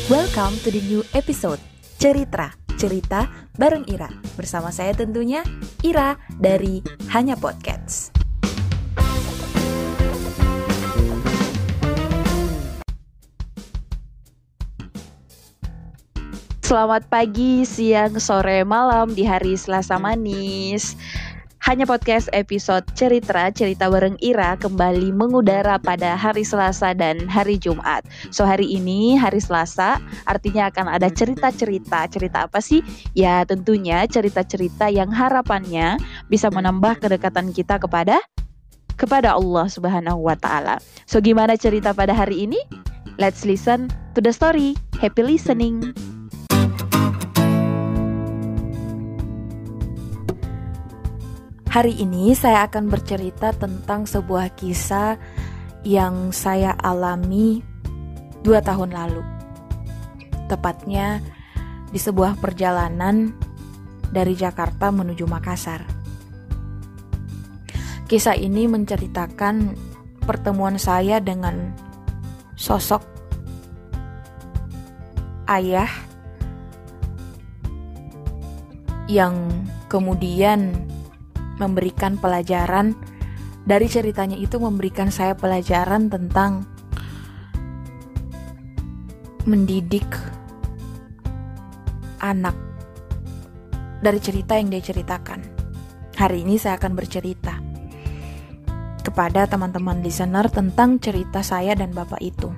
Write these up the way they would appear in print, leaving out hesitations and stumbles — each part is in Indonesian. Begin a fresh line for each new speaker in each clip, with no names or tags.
Welcome to the new episode Cerita bareng Ira. Bersama saya tentunya Ira dari Hanya Podcast. Selamat pagi, siang, sore, malam di hari Selasa manis. Hanya Podcast episode cerita bareng Ira kembali mengudara pada hari Selasa dan hari Jumat. So hari ini hari Selasa artinya akan ada cerita-cerita. Cerita apa sih? Ya tentunya cerita-cerita yang harapannya bisa menambah kedekatan kita kepada Allah Subhanahu wa taala. So gimana cerita pada hari ini? Let's listen to the story. Happy listening. Hari ini saya akan bercerita tentang sebuah kisah yang saya alami 2 tahun lalu. Tepatnya di sebuah perjalanan dari Jakarta menuju Makassar. Kisah ini menceritakan pertemuan saya dengan sosok ayah yang kemudian memberikan pelajaran. Dari ceritanya itu memberikan saya pelajaran tentang mendidik anak dari cerita yang dia ceritakan. Hari ini saya akan bercerita kepada teman-teman listener tentang cerita saya dan bapak itu.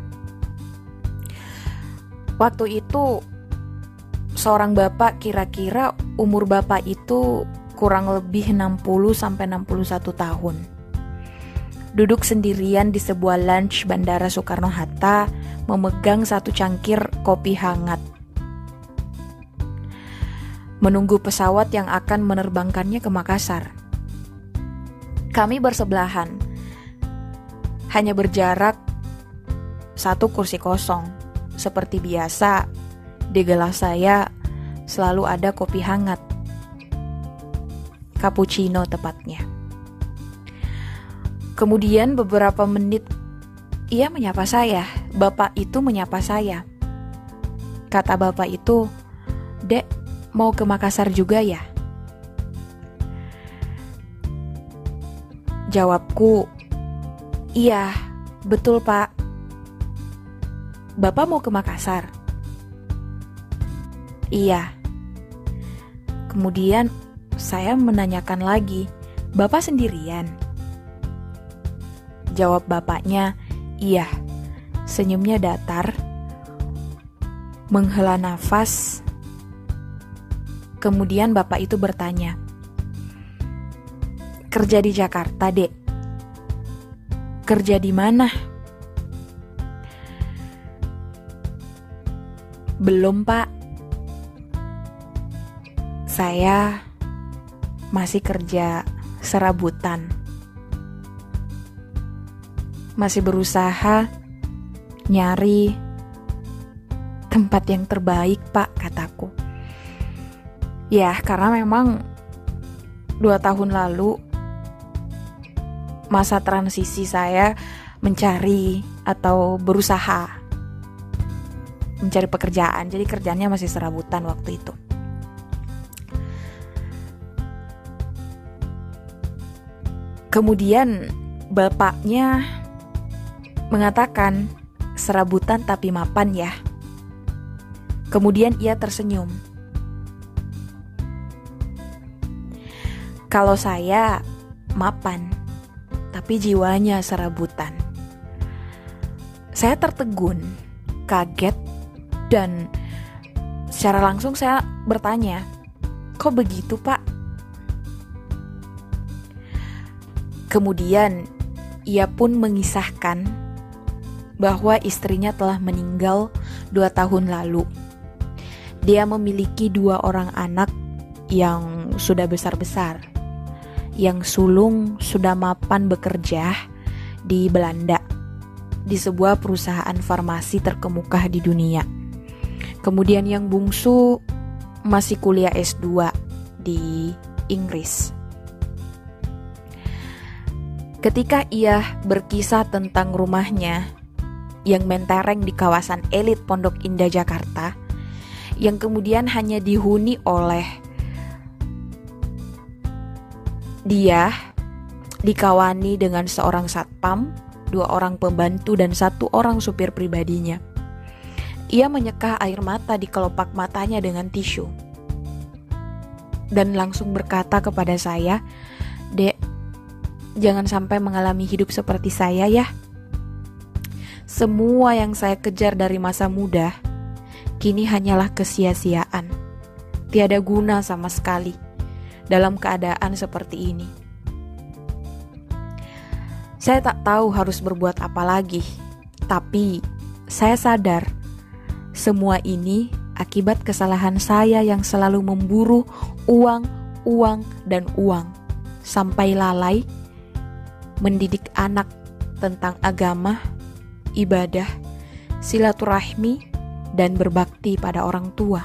Waktu itu seorang bapak, kira-kira umur bapak itu kurang lebih 60-61 tahun. Duduk sendirian di sebuah lounge Bandara Soekarno-Hatta, memegang satu cangkir kopi hangat. Menunggu pesawat yang akan menerbangkannya ke Makassar. Kami bersebelahan. Hanya berjarak satu kursi kosong. Seperti biasa, di gelas saya selalu ada kopi hangat. Cappuccino tepatnya. Kemudian beberapa menit ia menyapa saya. Bapak itu menyapa saya. Kata bapak itu, "Dek, mau ke Makassar juga ya?" Jawabku, "Iya, betul Pak." "Bapak mau ke Makassar?" "Iya." Kemudian saya menanyakan lagi, "Bapak sendirian?" Jawab bapaknya, "Iya." Senyumnya datar, menghela nafas. Kemudian bapak itu bertanya, "Kerja di Jakarta, Dek?" "Kerja di mana?" "Belum, Pak. Saya masih kerja serabutan. Masih berusaha nyari tempat yang terbaik, Pak," kataku. Ya, karena memang 2 tahun lalu masa transisi saya mencari atau berusaha mencari pekerjaan. Jadi kerjaannya masih serabutan waktu itu. Kemudian bapaknya mengatakan, "Serabutan tapi mapan ya." Kemudian ia tersenyum. "Kalau saya mapan, tapi jiwanya serabutan." Saya tertegun, kaget, dan secara langsung saya bertanya, "Kok begitu, Pak?" Kemudian ia pun mengisahkan bahwa istrinya telah meninggal 2 tahun lalu. Dia memiliki 2 orang anak yang sudah besar-besar, yang sulung sudah mapan bekerja di Belanda, di sebuah perusahaan farmasi terkemuka di dunia. Kemudian yang bungsu masih kuliah S2 di Inggris. Ketika ia berkisah tentang rumahnya yang mentereng di kawasan elit Pondok Indah Jakarta, yang kemudian hanya dihuni oleh dia, dikawani dengan seorang satpam, 2 orang pembantu, dan 1 orang supir pribadinya. Ia menyeka air mata di kelopak matanya dengan tisu dan langsung berkata kepada saya, "Dek, jangan sampai mengalami hidup seperti saya ya. Semua yang saya kejar dari masa muda kini hanyalah kesia-siaan. Tiada guna sama sekali dalam keadaan seperti ini." Saya tak tahu harus berbuat apa lagi, tapi saya sadar semua ini akibat kesalahan saya yang selalu memburu uang, dan uang, sampai lalai mendidik anak tentang agama, ibadah, silaturahmi, dan berbakti pada orang tua.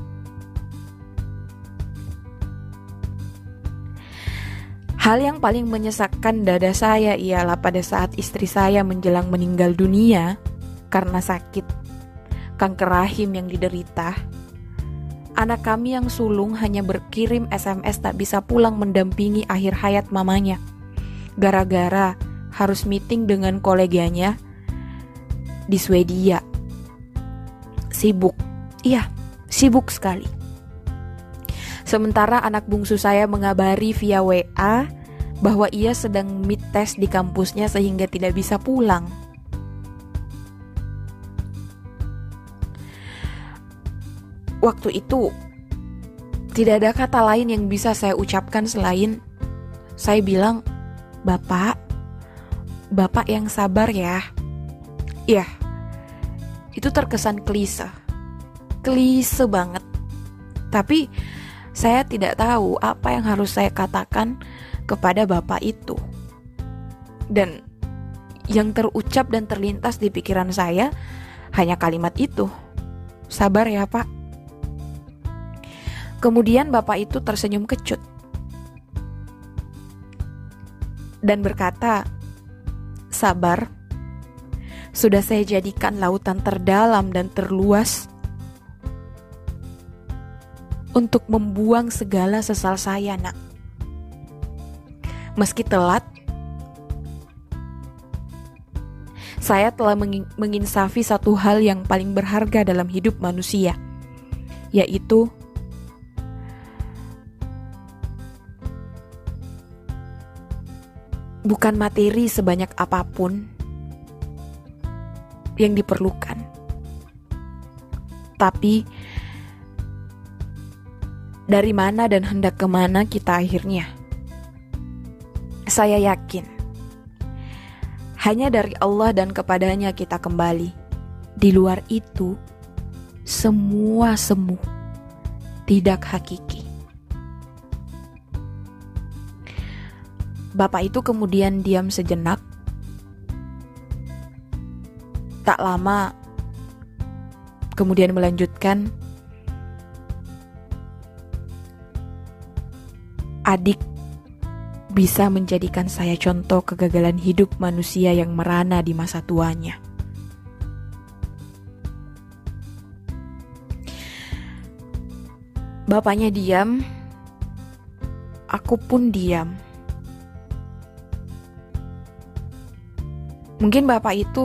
Hal yang paling menyesakkan dada saya ialah pada saat istri saya menjelang meninggal dunia karena sakit kanker rahim yang diderita. Anak kami yang sulung hanya berkirim SMS tak bisa pulang mendampingi akhir hayat mamanya, gara-gara harus meeting dengan koleganya di Swedia. Sibuk, iya, sibuk sekali. Sementara anak bungsu saya mengabari via WA bahwa ia sedang mid test di kampusnya sehingga tidak bisa pulang. Waktu itu tidak ada kata lain yang bisa saya ucapkan selain saya bilang, Bapak yang sabar ya." Ya, itu terkesan klise banget. Tapi saya tidak tahu apa yang harus saya katakan kepada bapak itu. Dan yang terucap dan terlintas di pikiran saya hanya kalimat itu, "Sabar ya Pak." Kemudian bapak itu tersenyum kecut dan berkata, "Sabar, sudah saya jadikan lautan terdalam dan terluas untuk membuang segala sesal saya, Nak. Meski telat, saya telah menginsafi satu hal yang paling berharga dalam hidup manusia, yaitu bukan materi sebanyak apapun yang diperlukan, tapi dari mana dan hendak kemana kita akhirnya. Saya yakin hanya dari Allah dan kepadanya kita kembali. Di luar itu semua semu, tidak hakiki. Bapak itu kemudian diam sejenak. Tak lama kemudian melanjutkan, "Adik bisa menjadikan saya contoh kegagalan hidup manusia yang merana di masa tuanya." Bapaknya diam, aku pun diam. Mungkin bapak itu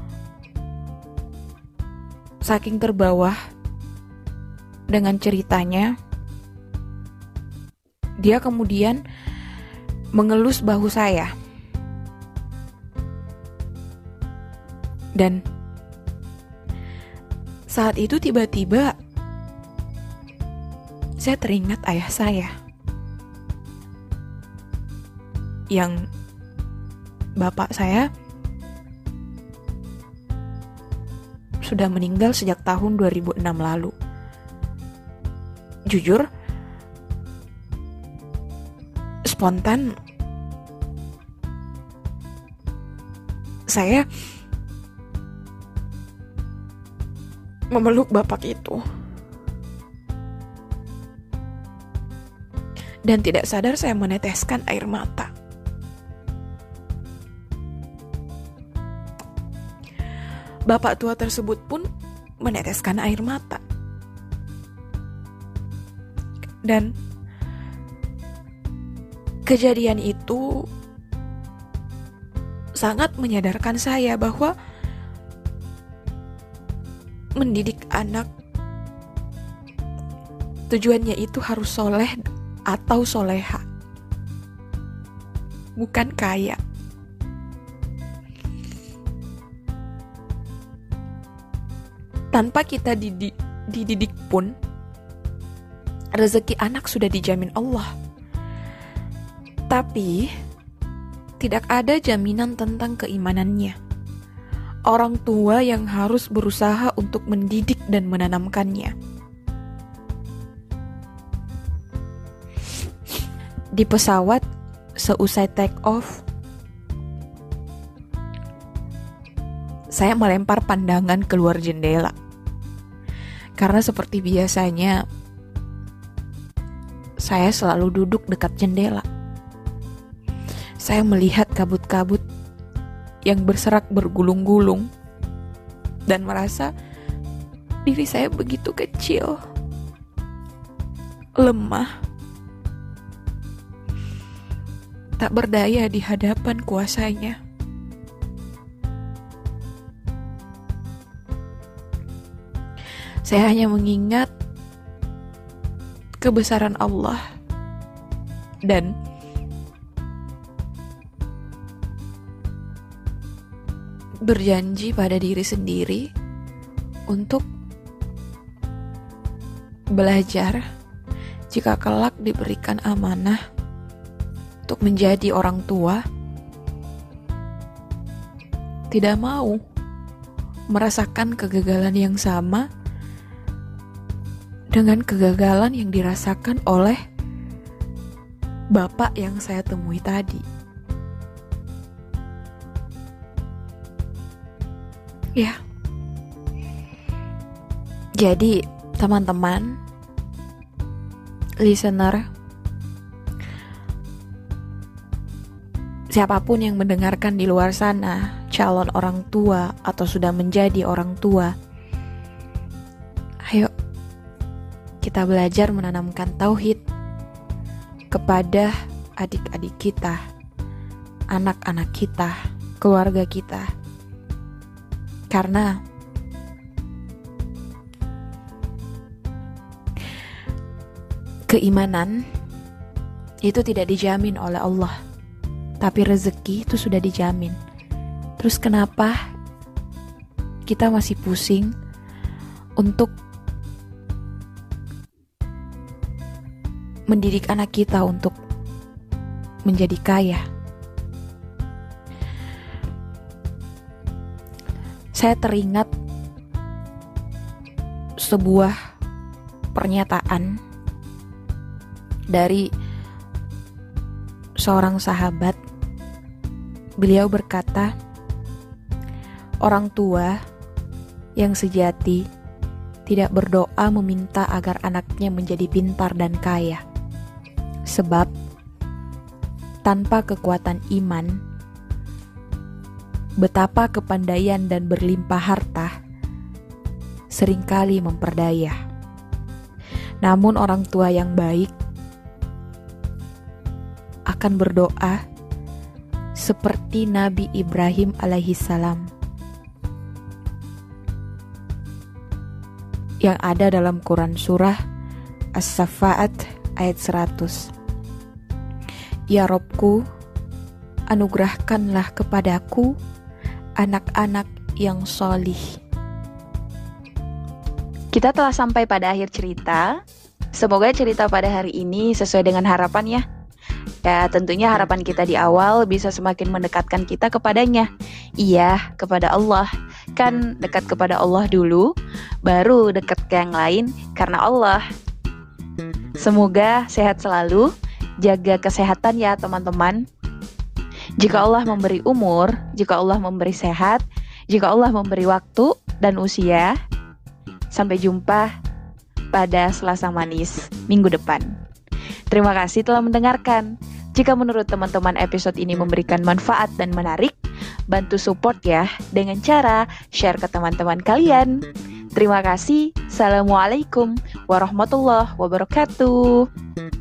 saking terbawa dengan ceritanya, dia kemudian mengelus bahu saya. Dan saat itu tiba-tiba saya teringat ayah saya yang bapak saya sudah meninggal sejak tahun 2006 lalu. Jujur, spontan saya memeluk bapak itu. Dan tidak sadar saya meneteskan air mata.
Bapak tua tersebut pun meneteskan air mata. Dan kejadian itu sangat menyadarkan saya bahwa mendidik anak tujuannya itu harus soleh atau soleha, bukan kaya. Tanpa kita dididik pun, rezeki anak sudah dijamin Allah. Tapi tidak ada jaminan tentang keimanannya. Orang tua yang harus berusaha untuk mendidik dan menanamkannya. Di pesawat, seusai take off, saya melempar pandangan keluar jendela. Karena seperti biasanya, saya selalu duduk dekat jendela. Saya melihat kabut-kabut yang berserak bergulung-gulung dan merasa diri saya begitu kecil, lemah, tak berdaya di hadapan kuasanya. Saya hanya mengingat kebesaran Allah dan berjanji pada diri sendiri untuk belajar jika kelak diberikan amanah untuk menjadi orang tua, tidak mau merasakan kegagalan yang sama dengan kegagalan yang dirasakan oleh bapak yang saya temui tadi. Ya. Jadi, teman-teman, listener, siapapun yang mendengarkan di luar sana, calon orang tua atau sudah menjadi orang tua, ayo kita belajar menanamkan tauhid kepada adik-adik kita, anak-anak kita, keluarga kita. Karena keimanan itu tidak dijamin oleh Allah, tapi rezeki itu sudah dijamin. Terus kenapa kita masih pusing untuk mendidik anak kita untuk menjadi kaya? Saya teringat sebuah pernyataan dari seorang sahabat. Beliau berkata, orang tua yang sejati tidak berdoa meminta agar anaknya menjadi pintar dan kaya. Sebab tanpa kekuatan iman, betapa kepandaian dan berlimpah harta seringkali memperdaya. Namun orang tua yang baik akan berdoa seperti Nabi Ibrahim alaihissalam yang ada dalam Quran surah As-Saffat ayat 100. Ya Robku, anugerahkanlah kepadaku anak-anak yang solih.
Kita telah sampai pada akhir cerita. Semoga cerita pada hari ini sesuai dengan harapan ya. Ya, tentunya harapan kita di awal bisa semakin mendekatkan kita kepadanya. Iya, kepada Allah. Kan dekat kepada Allah dulu, baru dekat ke yang lain karena Allah. Semoga sehat selalu, jaga kesehatan ya teman-teman. Jika Allah memberi umur, jika Allah memberi sehat, jika Allah memberi waktu dan usia, sampai jumpa pada Selasa Manis minggu depan. Terima kasih telah mendengarkan. Jika menurut teman-teman episode ini memberikan manfaat dan menarik, bantu support ya dengan cara share ke teman-teman kalian. Terima kasih. Assalamualaikum warahmatullahi wabarakatuh.